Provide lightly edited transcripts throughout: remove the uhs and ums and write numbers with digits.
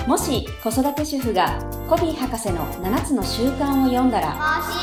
もし子育て主婦がコビー博士の7つの習慣を読んだら。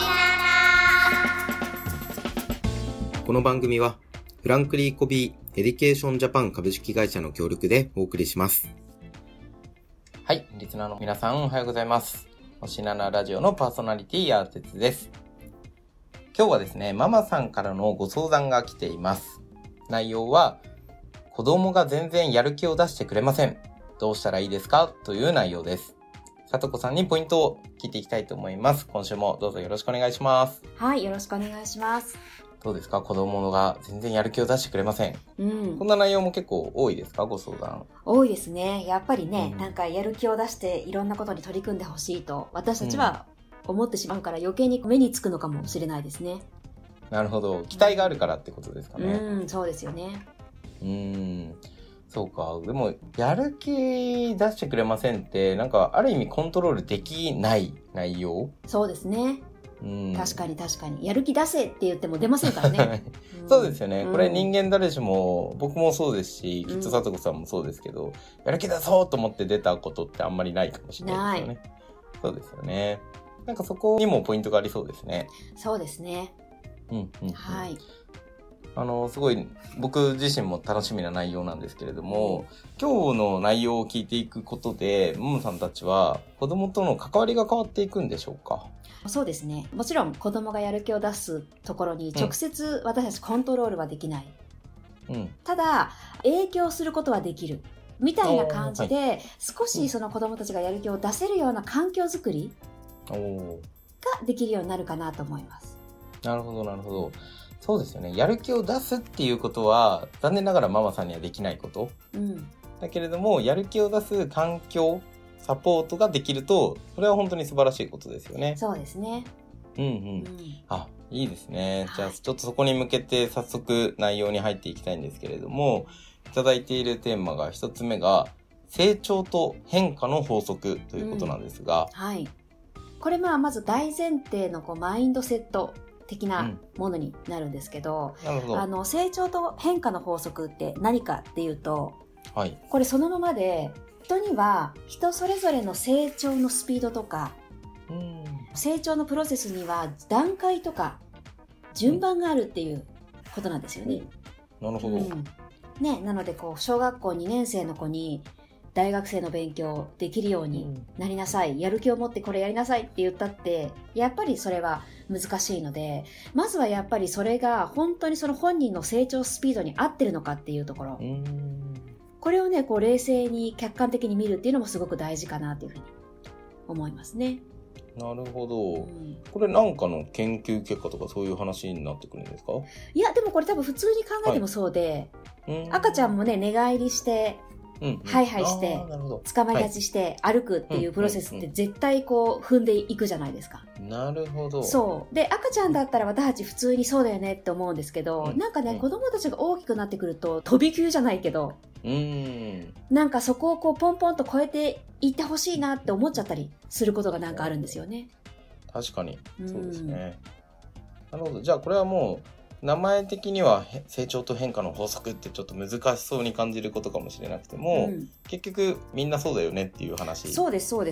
この番組はフランクリー・コビー・エデュケーション・ジャパン株式会社の協力でお送りします。 はい、リスナーの皆さんおはようございます。星7ラジオのパーソナリティやーてつです。今日はですね、ママさんからのご相談が来ています。内容は、子供が全然やる気を出してくれません。どうしたらいいですかという内容です。さとこさんにポイントを聞いていきたいと思います。今週もどうぞよろしくお願いします。 はい、よろしくお願いします。 どうですか、子供が全然やる気を出してくれません。こんな内容も結構多いですか、ご相談。 多いですね。やっぱりね、なんかやる気を出していろんなことに取り組んでほしいと私たちは思ってしまうから、余計に目につくのかもしれないですね。 なるほど、期待があるからってことですかね。 そうですよね。 そうか。でもやる気出してくれませんって、なんかある意味コントロールできない内容。 そうですね。確かにやる気出せって言っても出ませんからね。 そうですよね。これ人間誰しも、僕もそうですし、きっとさとこさんもそうですけど、やる気出そうと思って出たことってあんまりないかもしれないですよね。そうですよね。なんかそこにもポイントがありそうですね。 そうですね。はい。 すごい僕自身も楽しみな内容なんですけれども、今日の内容を聞いていくことで、ももさんたちは子供との関わりが変わっていくんでしょうか？ そうですね。もちろん子供がやる気を出すところに直接私たちコントロールはできない。ただ、影響することはできる。みたいな感じで、少しその子供たちがやる気を出せるような環境づくりができるようになるかなと思います。 なるほど、なるほど。そうですよね。やる気を出すっていうことは残念ながらママさんにはできないこと、だけれども、やる気を出す環境サポートができると、それは本当に素晴らしいことですよね。 そうですね。 あ、いいですね。じゃあちょっとそこに向けて早速内容に入っていきたいんですけれども、いただいているテーマが一つ目が成長と変化の法則ということなんですが、 これまず大前提のマインドセット的なものになるんですけど、成長と変化の法則って何かっていうと、これそのままで、人には人それぞれの成長のスピードとか、成長のプロセスには段階とか順番があるっていうことなんですよね。 なるほど。 なので小学校2年生の子に大学生の勉強できるようになりなさい、やる気を持ってこれやりなさいって言ったって、やっぱりそれは難しいので、まずはやっぱりそれが本当にその本人の成長スピードに合ってるのかっていうところ。これをね、冷静に客観的に見るっていうのもすごく大事かなというふうに思いますね。 なるほど。これなんかの研究結果とかそういう話になってくるんですか？ いや、でもこれ多分普通に考えてもそうで、赤ちゃんもね、寝返りして、ハイハイして、捕まり立ちして歩くっていうプロセスって絶対踏んでいくじゃないですか。 なるほど。 そう。で、赤ちゃんだったら私たち普通にそうだよねって思うんですけど、なんかね、子供たちが大きくなってくると、飛び級じゃないけど、なんかそこをポンポンと超えていってほしいなって思っちゃったりすることがなんかあるんですよね。 確かに。そうですね。なるほど。じゃあこれはもう、名前的には成長と変化の法則ってちょっと難しそうに感じることかもしれなくても、結局みんなそうだよねっていう話。 そうです、そうです。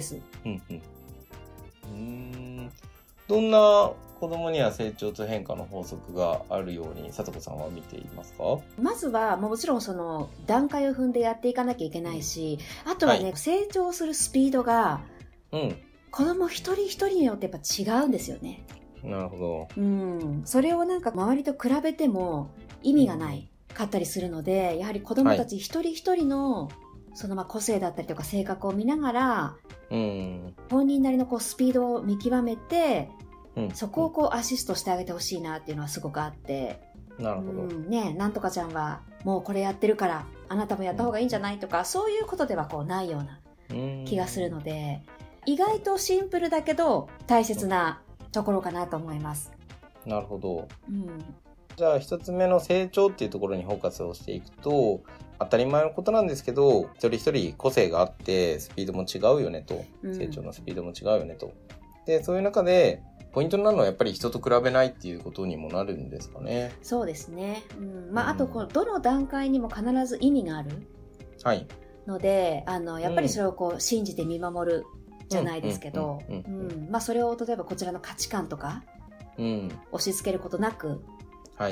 どんな子供には成長と変化の法則があるようにさとこさんは見ていますか？ まずはもちろんその段階を踏んでやっていかなきゃいけないし、あとはね、成長するスピードが、子供一人一人によってやっぱ違うんですよね。 なるほど。 それをなんか周りと比べても意味がないかったりするので、やはり子供たち一人一人のその個性だったりとか性格を見ながら、本人なりのスピードを見極めて、そこをアシストしてあげてほしいなっていうのはすごくあって、 なるほど。 なんとかちゃんはもうこれやってるからあなたもやった方がいいんじゃないとか、そういうことではないような気がするので、意外とシンプルだけど大切なところかなと思います。 なるほど。じゃあ一つ目の成長っていうところにフォーカスをしていくと、当たり前のことなんですけど、一人一人個性があってスピードも違うよねと、成長のスピードも違うよねと。で、そういう中でポイントになるのはやっぱり人と比べないっていうことにもなるんですかね。 そうですね。あとどの段階にも必ず意味がある。 ので、やっぱりそれをこう信じて見守るじゃないですけど、まあそれを例えばこちらの価値観とか、押し付けることなく、 はい。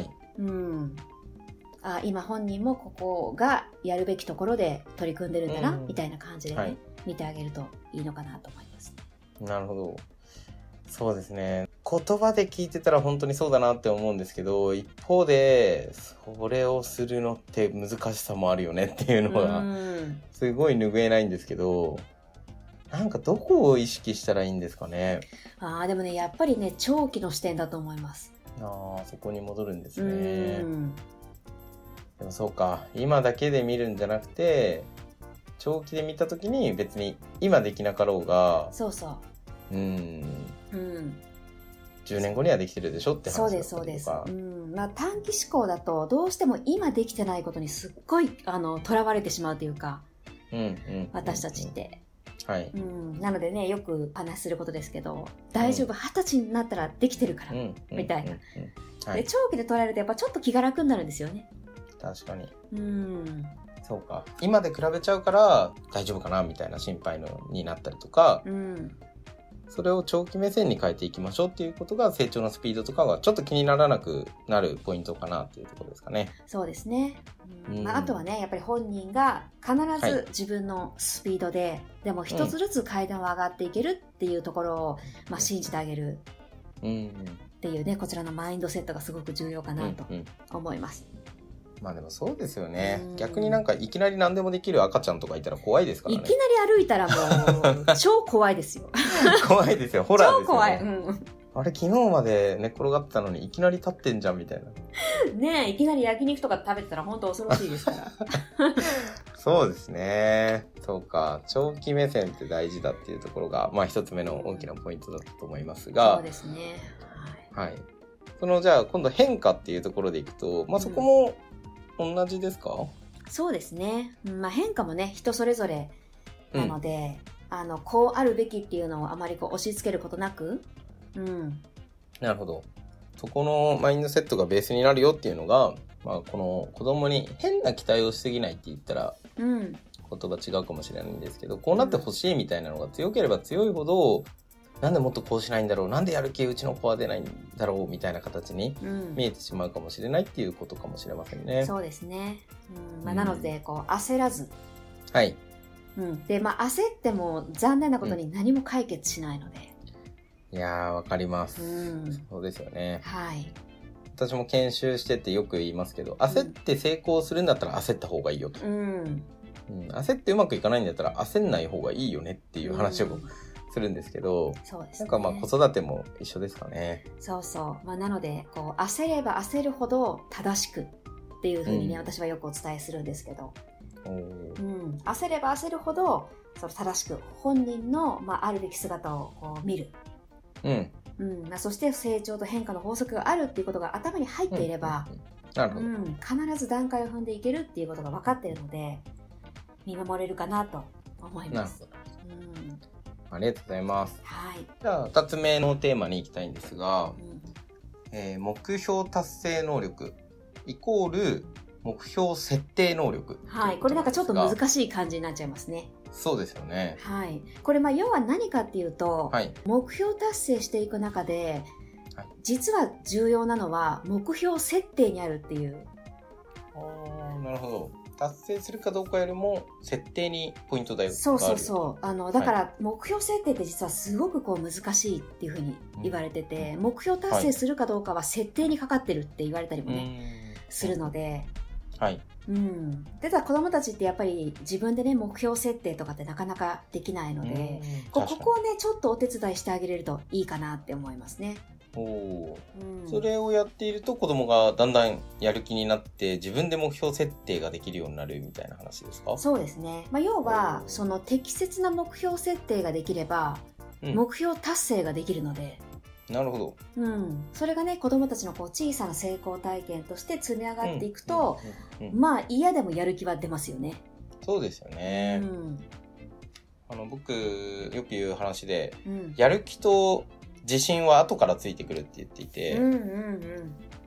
今本人もここがやるべきところで取り組んでるんだな、みたいな感じでね、見てあげるといいのかなと思います。 なるほど。そうですね。言葉で聞いてたら本当にそうだなって思うんですけど、一方でそれをするのって難しさもあるよねっていうのがすごい拭えないんですけど、なんかどこを意識したらいいんですかね。 でもね、やっぱりね、長期の視点だと思います。 そこに戻るんですね。でもそうか、今だけで見るんじゃなくて、長期で見た時に別に今できなかろうが、10年後にはできてるでしょって話だったりとか。そうです、そうです。 まあ、短期思考だとどうしても今できてないことにすっごいとらわれてしまうというか、私たちって。なのでね、よく話することですけど、大丈夫、20歳になったらできてるから、みたいな。で、長期で捉えるとやっぱちょっと気が楽になるんですよね。 確かに。そうか。今で比べちゃうから大丈夫かなみたいな心配になったりとか、それを長期目線に変えていきましょうっていうことが成長のスピードとかがちょっと気にならなくなるポイントかなっていうところですかね。 そうですね。あとはね、やっぱり本人が必ず自分のスピードで、でも一つずつ階段を上がっていけるっていうところを、信じてあげるっていうね、こちらのマインドセットがすごく重要かなと思います。 まあでもそうですよね。逆になんかいきなり何でもできる赤ちゃんとかいたら怖いですからね。 いきなり歩いたらもう超怖いですよ。 怖いですよ。ホラーですよね。 超怖い。 あれ昨日まで寝転がってたのにいきなり立ってんじゃんみたいな。 ねえ、いきなり焼肉とか食べてたら本当恐ろしいですから。 そうですね。そうか。長期目線って大事だっていうところが、まあ一つ目の大きなポイントだったと思いますが。 そうですね。 はい。じゃあ今度変化っていうところでいくと、まあそこも同じですか？ そうですね。まあ変化もね、人それぞれなので、こうあるべきっていうのをあまりこう押し付けることなく、 なるほど。そこのマインドセットがベースになるよっていうのが、まあこの子供に変な期待をしすぎないって言ったら、言葉違うかもしれないんですけど、こうなってほしいみたいなのが強ければ強いほど、なんでもっとこうしないんだろう、なんでやる気うちの子は出ないんだろうみたいな形に見えてしまうかもしれないっていうことかもしれませんね。 そうですね。なのでこう焦らず、で焦っても残念なことに何も解決しないので。 いやーわかります。そうですよね。私も研修しててよく言いますけど、焦って成功するんだったら焦った方がいいよと。焦ってうまくいかないんだったら焦んない方がいいよねっていう話をするんですけど、なんかまあ子育ても一緒ですかね。 そうそう。なのでこう焦れば焦るほど正しくっていう風にね、私はよくお伝えするんですけど、焦れば焦るほどその正しく本人の、あるべき姿をこう見る。そして成長と変化の法則があるっていうことが頭に入っていれば、必ず段階を踏んでいけるっていうことが分かっているので見守れるかなと思います。 ありがとうございます。じゃあ2つ目のテーマに行きたいんですが、目標達成能力イコール目標設定能力。 これなんかちょっと難しい感じになっちゃいますね。 そうですよね。 これ要は何かっていうと、目標達成していく中で、実は重要なのは目標設定にあるっていう。 なるほど。達成するかどうかよりも設定にポイントだよ。 そうだから目標設定って実はすごくこう難しいっていうふうに言われてて、目標達成するかどうかは設定にかかってるって言われたりもね、するので、で子供たちってやっぱり自分でね目標設定とかってなかなかできないので、ここをねちょっとお手伝いしてあげれるといいかなって思いますね。 それをやっていると子供がだんだんやる気になって自分で目標設定ができるようになるみたいな話ですか？ そうですね。要はその適切な目標設定ができれば、目標達成ができるので。 なるほど。 それがね子供たちのこう小さな成功体験として積み上がっていくと、嫌でもやる気は出ますよね。 そうですよね。僕よく言う話で、やる気と自信は後からついてくるって言っていて、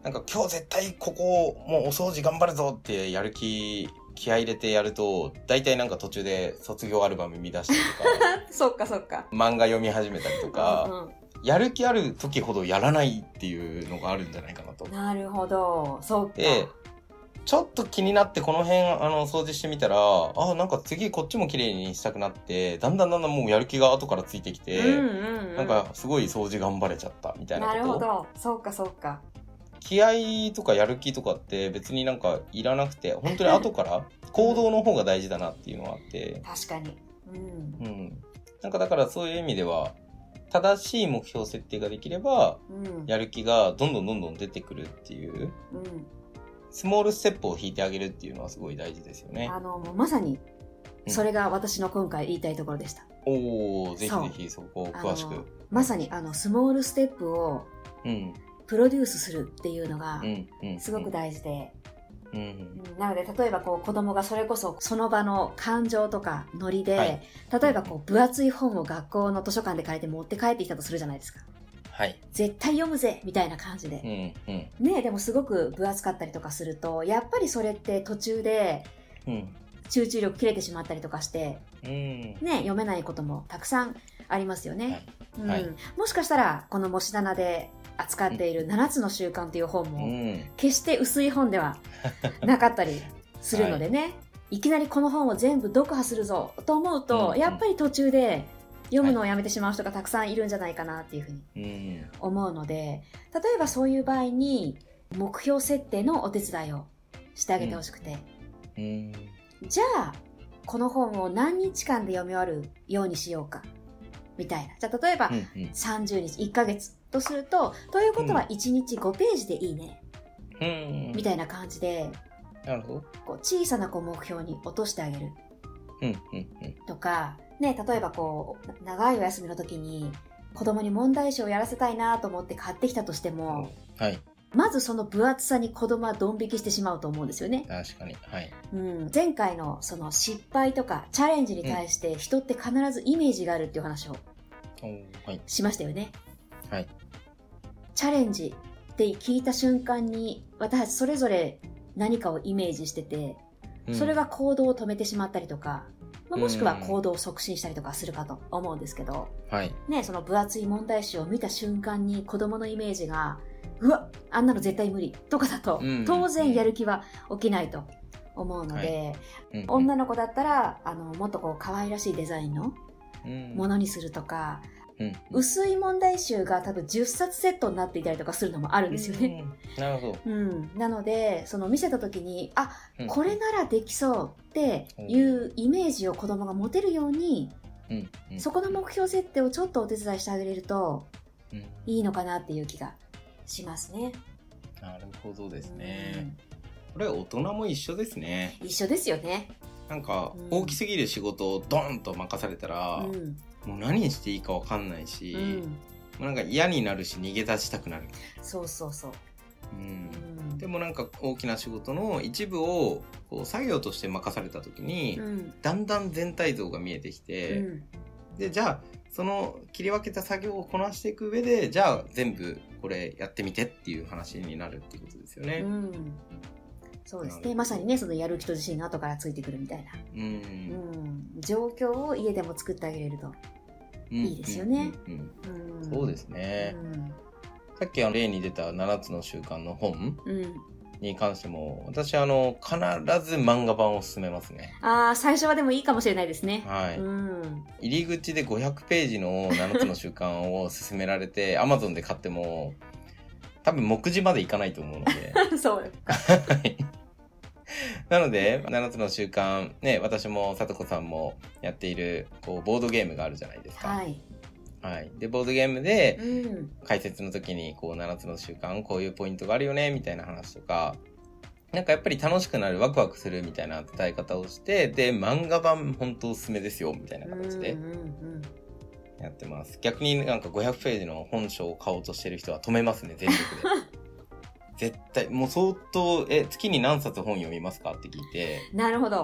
なんか今日絶対ここもうお掃除頑張るぞってやる気合い入れてやると、大体なんか途中で卒業アルバム見出したりとかそっかそっか。 漫画読み始めたりとか、 うんうん、 やる気ある時ほどやらないっていうのがあるんじゃないかなと。 なるほど。そうか。 で、ちょっと気になってこの辺掃除してみたら、なんか次こっちも綺麗にしたくなって、だんだんもうやる気が後からついてきて、なんかすごい掃除頑張れちゃったみたいなこと。 なるほど。そうかそうか。 気合とかやる気とかって別になんかいらなくて、本当に後から行動の方が大事だなっていうのがあって。 確かに。 なんかだからそういう意味では、正しい目標設定ができれば、やる気がどんどん出てくるっていう、スモールステップを引いてあげるっていうのはすごい大事ですよね。 まさに、それが私の今回言いたいところでした。 ぜひぜひそこを詳しく。 まさにスモールステップを、プロデュースするっていうのがすごく大事で、なので例えば子供がそれこそその場の感情とかノリで、例えば分厚い本を学校の図書館で借りて持って帰ってきたとするじゃないですか。絶対読むぜみたいな感じで、でもすごく分厚かったりとかすると、やっぱりそれって途中で集中力切れてしまったりとかして、読めないこともたくさんありますよね。もしかしたらこのもしななで扱っている7つの習慣という本も決して薄い本ではなかったりするのでね、いきなりこの本を全部読破するぞと思うと、やっぱり途中で読むのをやめてしまう人がたくさんいるんじゃないかなっていうふうに思うので、例えばそういう場合に目標設定のお手伝いをしてあげてほしくて、じゃあこの本を何日間で読み終わるようにしようかみたいな。じゃあ例えば30日、1ヶ月とすると、ということは1日5ページでいいね、みたいな感じで、 なるほど。 小さな目標に落としてあげる。とか、ね、例えば長いお休みの時に子供に問題集をやらせたいなと思って買ってきたとしても、まずその分厚さに子供はドン引きしてしまうと思うんですよね。 確かに。 前回のその失敗とかチャレンジに対して人って必ずイメージがあるっていう話をしましたよね。チャレンジって聞いた瞬間に私たちそれぞれ何かをイメージしてて、それが行動を止めてしまったりとか、もしくは行動を促進したりとかするかと思うんですけど、その分厚い問題集を見た瞬間に子供のイメージが、うわ、あんなの絶対無理とかだと、当然やる気は起きないと思うので、女の子だったらもっと可愛らしいデザインのものにするとか、薄い問題集が多分10冊セットになっていたりとかするのもあるんですよね。 なるほど。 なのでその見せた時にこれならできそうっていうイメージを子供が持てるように、そこの目標設定をちょっとお手伝いしてあげれるといいのかなっていう気がしますね。 なるほどですね。これ大人も一緒ですね。 一緒ですよね。 なんか大きすぎる仕事をドーンと任されたら、もう何していいか分かんないし、もうなんか嫌になるし逃げ出したくなる。 そう。 でもなんか大きな仕事の一部を作業として任された時に、だんだん全体像が見えてきて、でじゃあその切り分けた作業をこなしていく上で、じゃあ全部これやってみてっていう話になるっていうことですよね。 そうですね。まさにね、そのやる気と自信が後からついてくるみたいな、状況を家でも作ってあげれるといいですよね。 そうですね。さっき例に出た7つの習慣の本に関しても、私必ず漫画版を勧めますね。 最初はでもいいかもしれないですね。 入り口で500ページの7つの習慣を勧められてAmazon で買っても多分目次までいかないと思うのでそうかなので7つの習慣ね、私もさとこさんもやっているボードゲームがあるじゃないですか。でボードゲームで解説の時に7つの習慣こういうポイントがあるよねみたいな話とか、なんかやっぱり楽しくなる、ワクワクするみたいな伝え方をして、で漫画版本当おすすめですよみたいな形でやってます。逆になんか500ページの本書を買おうとしてる人は止めますね、全力で絶対もう相当月に何冊本読みますかって聞いて、 なるほど。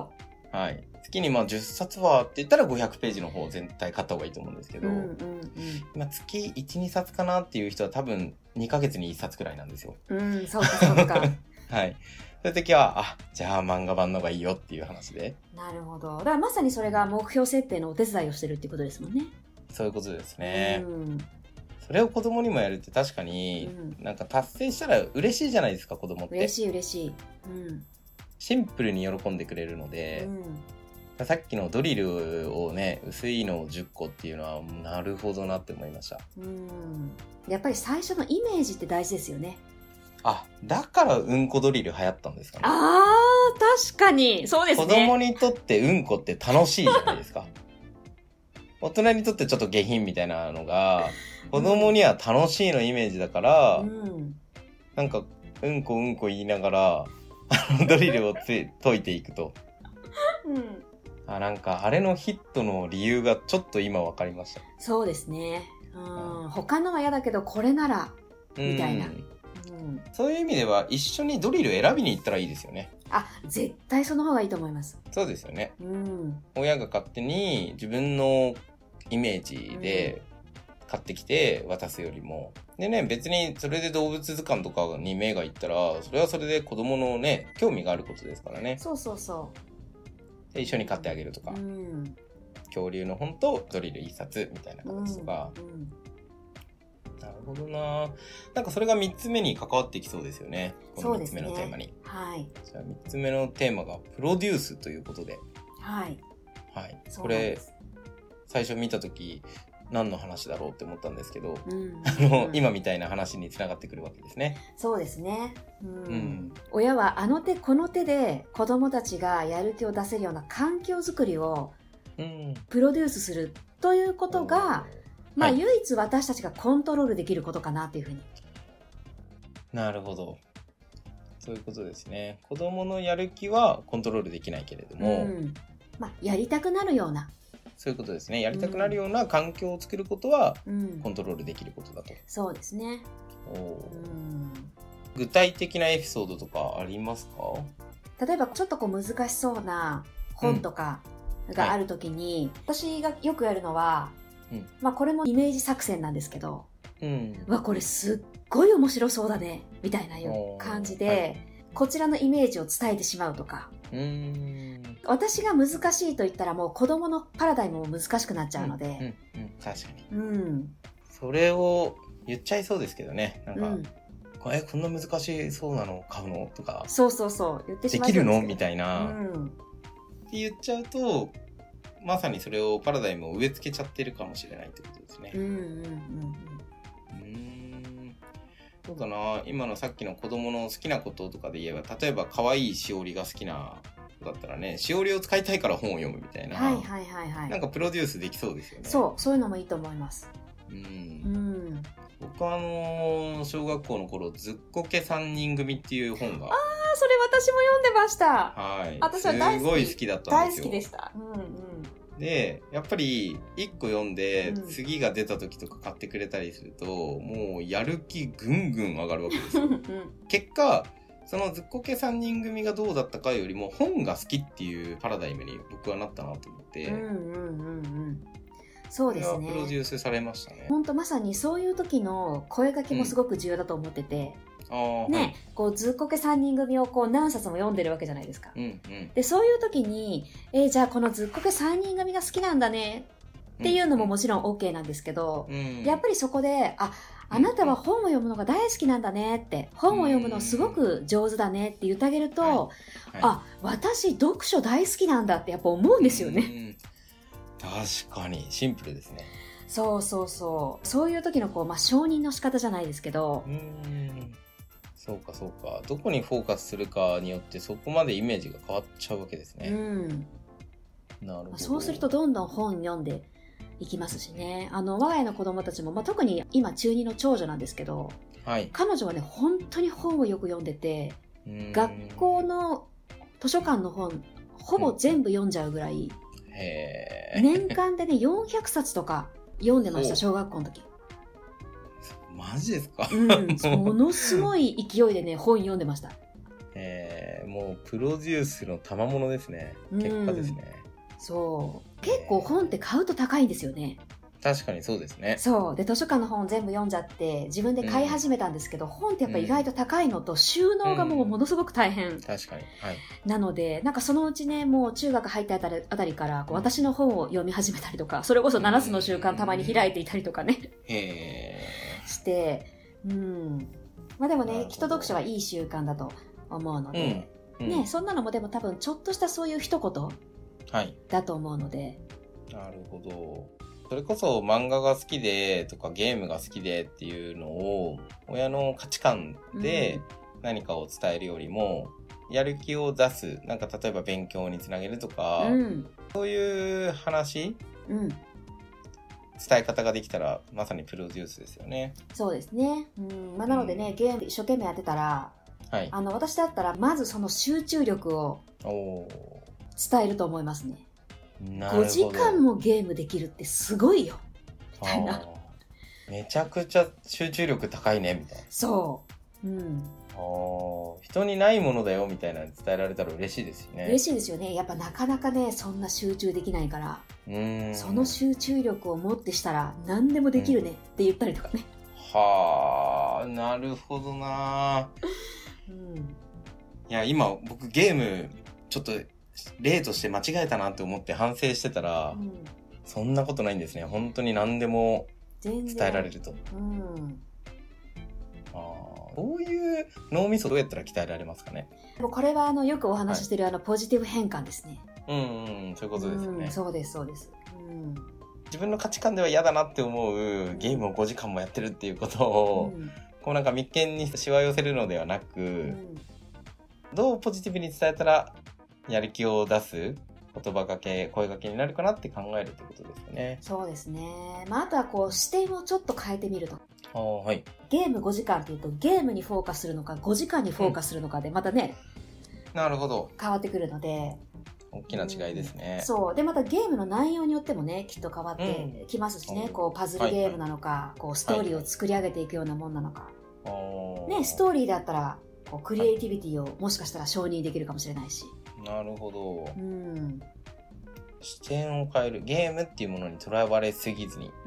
はい。月にまあ10冊はって言ったら500ページの方全体買った方がいいと思うんですけど、今月1、2冊かなっていう人は多分2ヶ月に1冊くらいなんですよ。 そうかそうか。 はい。そういう時は、じゃあ漫画版の方がいいよっていう話で。 なるほど。だからまさにそれが目標設定のお手伝いをしてるっていうことですもんね。 そういうことですね。それを子供にもやるって確かに、なんか達成したら嬉しいじゃないですか、子供って。 嬉しい。 シンプルに喜んでくれるので、さっきのドリルをね、薄いのを10個っていうのは、なるほどなって思いました。 やっぱり最初のイメージって大事ですよね。 だからうんこドリル流行ったんですかね。 確かに。そうですね。 子供にとってうんこって楽しいじゃないですか。大人にとってちょっと下品みたいなのが、子供には楽しいのイメージだから、なんか、うんこ言いながら、ドリルを解いていくと。なんか、あれのヒットの理由がちょっと今分かりました。 そうですね。他のは嫌だけど、これなら、みたいな。 そういう意味では、一緒にドリル選びに行ったらいいですよね。 絶対その方がいいと思います。 そうですよね。親が勝手に自分のイメージで買ってきて渡すよりも。でね、別にそれで動物図鑑とかに目がいったら、それはそれで子供のね、興味があることですからね。 そうで、一緒に買ってあげるとか。恐竜の本とドリル1冊みたいな形とか。なるほどな。なんかそれが3つ目に関わってきそうですよね。この3つ目のテーマに。じゃあ3つ目のテーマがプロデュースということで。これ、最初見たとき何の話だろうって思ったんですけど、今みたいな話につながってくるわけですね。 そうですね。親はあの手この手で子供たちがやる気を出せるような環境づくりをプロデュースするということが、唯一私たちがコントロールできることかなっていうふうに。 なるほど。そういうことですね。子供のやる気はコントロールできないけれども、 やりたくなるような。 そういうことですね。やりたくなるような環境を作ることはコントロールできることだと。 そうですね。 具体的なエピソードとかありますか？ 例えばちょっと難しそうな本とかがあるときに、私がよくやるのは、これもイメージ作戦なんですけど、これすっごい面白そうだねみたいな感じで、こちらのイメージを伝えてしまうとか。私が難しいと言ったらもう子供のパラダイムも難しくなっちゃうので。 確かに。それを言っちゃいそうですけどね。なんか、こんな難しそうなの買うのとか。 そう言ってしまう。 できるのみたいな。って言っちゃうと、まさにそれをパラダイムを植え付けちゃってるかもしれないってことですね。そうだな。今のさっきの子供の好きなこととかで言えば、例えば可愛いしおりが好きな子だったらね、しおりを使いたいから本を読むみたいな。なんかプロデュースできそうですよね。 そういうのもいいと思います。 僕小学校の頃、ずっこけ3人組っていう本が。 それ私も読んでました。 私は大好き。すごい好きだったんですよ。 大好きでした。 で、やっぱり1個読んで、次が出た時とか買ってくれたりすると、もうやる気ぐんぐん上がるわけですよ。結果、そのずっこけ3人組がどうだったかよりも本が好きっていうパラダイムに僕はなったなと思って。そうですね。プロデュースされましたね。 本当まさにそういう時の声掛けもすごく重要だと思ってて。ずっこけ3人組を何冊も読んでるわけじゃないですか。で、そういう時に、じゃあこのずっこけ3人組が好きなんだねっていうのももちろん OK なんですけど、やっぱりそこで、あなたは本を読むのが大好きなんだねって、本を読むのすごく上手だねって言ってあげると、私読書大好きなんだってやっぱ思うんですよね。 確かに、シンプルですね。 そういう時の承認の仕方じゃないですけど、 そうか。どこにフォーカスするかによってそこまでイメージが変わっちゃうわけですね。なるほど。 そうするとどんどん本読んでいきますしね。我が家の子供たちも、特に今中2の長女なんですけど、彼女はね、本当に本をよく読んでて、学校の図書館の本、ほぼ全部読んじゃうぐらい、年間でね、400冊とか読んでました、小学校の時。 マジですか？ ものすごい勢いでね、本読んでました。 もうプロデュースの賜物ですね。結果ですね。 そう結構本って買うと高いんですよね。 確かにそうですね。 そうで図書館の本全部読んじゃって自分で買い始めたんですけど、本ってやっぱ意外と高いのと収納がもうものすごく大変、 確かに、はい、 なのでなんかそのうちねもう中学入ったあたりからこう私の本を読み始めたりとか、それこそ7つの習慣たまに開いていたりとかねして、まあでもねきっと読書はいい習慣だと思うので、ね、そんなのもでも多分ちょっとしたそういう一言だと思うので、 なるほど。それこそ漫画が好きでとかゲームが好きでっていうのを親の価値観で何かを伝えるよりも、やる気を出す、なんか例えば勉強につなげるとか、そういう話、伝え方ができたらまさにプロデュースですよね。 そうですね。まあ、なのでね、ゲーム一生懸命やってたら、私だったらまずその集中力を伝えると思いますね。5時間もゲームできるってすごいよみたいな。 めちゃくちゃ集中力高いねみたいな。 そう、 人にないものだよみたいなの伝えられたら嬉しいですよね。 嬉しいですよね。やっぱなかなかねそんな集中できないから、その集中力を持ってしたら何でもできるねって言ったりとかね。 はあ、なるほどな。いや今僕ゲームちょっと例として間違えたなって思って反省してたら、そんなことないんですね。本当に何でも伝えられると。どういう脳みそどうやったら鍛えられますかね。 これはよくお話ししてるポジティブ変換ですね。 そういうことですよね。 そうですそうです。 自分の価値観では嫌だなって思うゲームを5時間もやってるっていうことを、こうなんか眉間にしわ寄せるのではなく、どうポジティブに伝えたらやる気を出す言葉かけ声かけになるかなって考えるってことですよね。 そうですね。あとはこう視点をちょっと変えてみると。ゲーム5時間っていうとゲームにフォーカスするのか5時間にフォーカスするのかでまたね、 なるほど、 変わってくるので大きな違いですね。 そうでまたゲームの内容によってもねきっと変わってきますしね、こうパズルゲームなのか、こうストーリーを作り上げていくようなもんなのか、ストーリーだったらこうクリエイティビティをもしかしたら承認できるかもしれないし。 なるほど、視点を変えるゲームっていうものにとらわれすぎずに、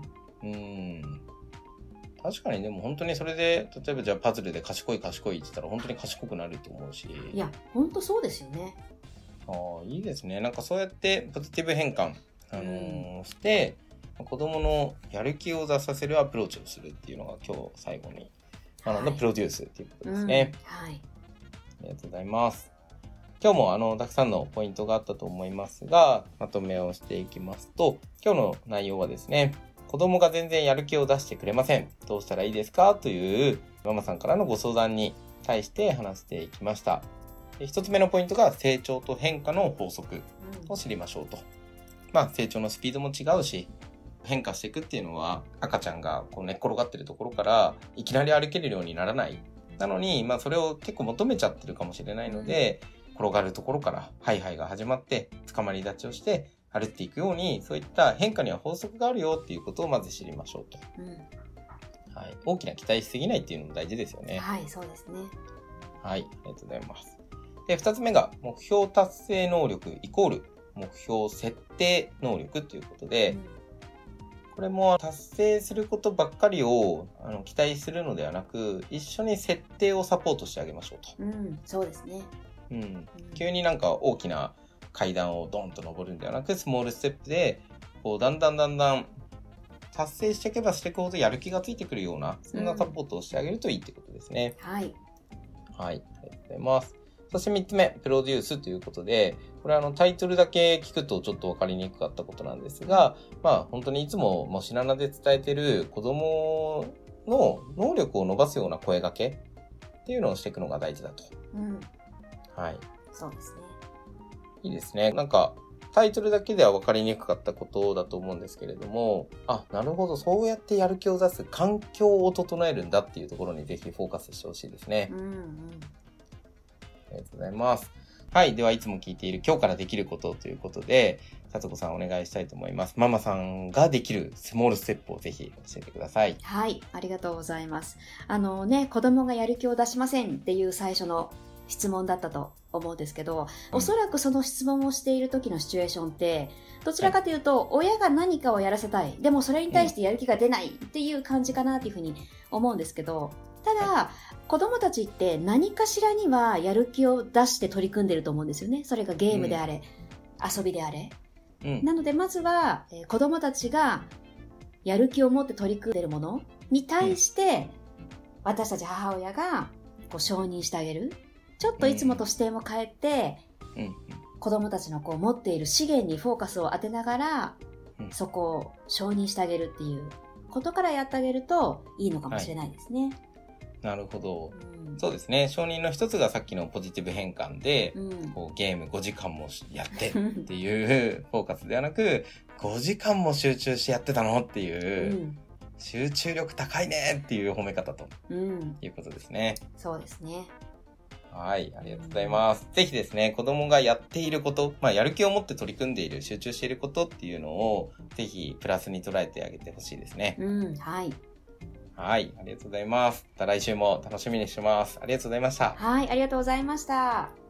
確かにでも本当にそれで例えばじゃあパズルで賢いって言ったら本当に賢くなると思うし、 いや本当そうですよね。 いいですね。なんかそうやってポジティブ変換、して子供のやる気を出させるアプローチをするっていうのが今日最後に学んだプロデュースっていうことですね。ありがとうございます。今日もたくさんのポイントがあったと思いますが、まとめをしていきますと、今日の内容はですね、子供が全然やる気を出してくれません。どうしたらいいですかというママさんからのご相談に対して話していきました。一つ目のポイントが成長と変化の法則を知りましょうと。成長のスピードも違うし、変化していくっていうのは赤ちゃんがこう寝っ転がってるところからいきなり歩けるようにならない。なのに、それを結構求めちゃってるかもしれないので、転がるところからハイハイが始まって捕まり立ちをして歩っていくように、そういった変化には法則があるよっていうことをまず知りましょうと。大きな期待しすぎないっていうのも大事ですよね。 そうですね。 ありがとうございます。で、2つ目が目標達成能力イコール目標設定能力ということで、これも達成することばっかりを期待するのではなく、一緒に設定をサポートしてあげましょうと。 そうですね。 急になんか大きな階段をドンと登るんではなく、スモールステップでこうだんだん達成していけばしていくほどやる気がついてくるような、そんなサポートをしてあげるといいってことですね。ありがとうございます。そして3つ目、プロデュースということで、これはタイトルだけ聞くとちょっと分かりにくかったことなんですが、本当にいつももしななで伝えてる子供の能力を伸ばすような声掛けっていうのをしていくのが大事だと。 そうですね。 いいですね。なんかタイトルだけでは分かりにくかったことだと思うんですけれども、なるほど、そうやってやる気を出す環境を整えるんだっていうところにぜひフォーカスしてほしいですね。ありがとうございます。では、いつも聞いている今日からできることということで、さつこさんお願いしたいと思います。ママさんができるスモールステップをぜひ教えてください。 ありがとうございます。子供がやる気を出しませんっていう最初の質問だったと思うんですけど、おそらくその質問をしている時のシチュエーションって、どちらかというと、親が何かをやらせたい。でもそれに対してやる気が出ないっていう感じかなっていうふうに思うんですけど、ただ、子供たちって何かしらにはやる気を出して取り組んでると思うんですよね。それがゲームであれ、遊びであれ。なのでまずは、子供たちがやる気を持って取り組んでるものに対して、私たち母親がこう承認してあげる。ちょっといつもと視点を変えて、子供たちのこう持っている資源にフォーカスを当てながら、そこを承認してあげるっていうことからやってあげるといいのかもしれないですね。 なるほど。そうですね。承認の一つがさっきのポジティブ変換で、こうゲーム5時間もやってっていうフォーカスではなく、5時間も集中してやってたのっていう、集中力高いねっていう褒め方ということですね。 そうですね。 はい、ありがとうございます。ぜひですね、子供がやっていること、やる気を持って取り組んでいる、集中していることっていうのを、ぜひプラスに捉えてあげてほしいですね。 はい。 はい、ありがとうございます。また来週も楽しみにしてます。ありがとうございました。 はい、ありがとうございました。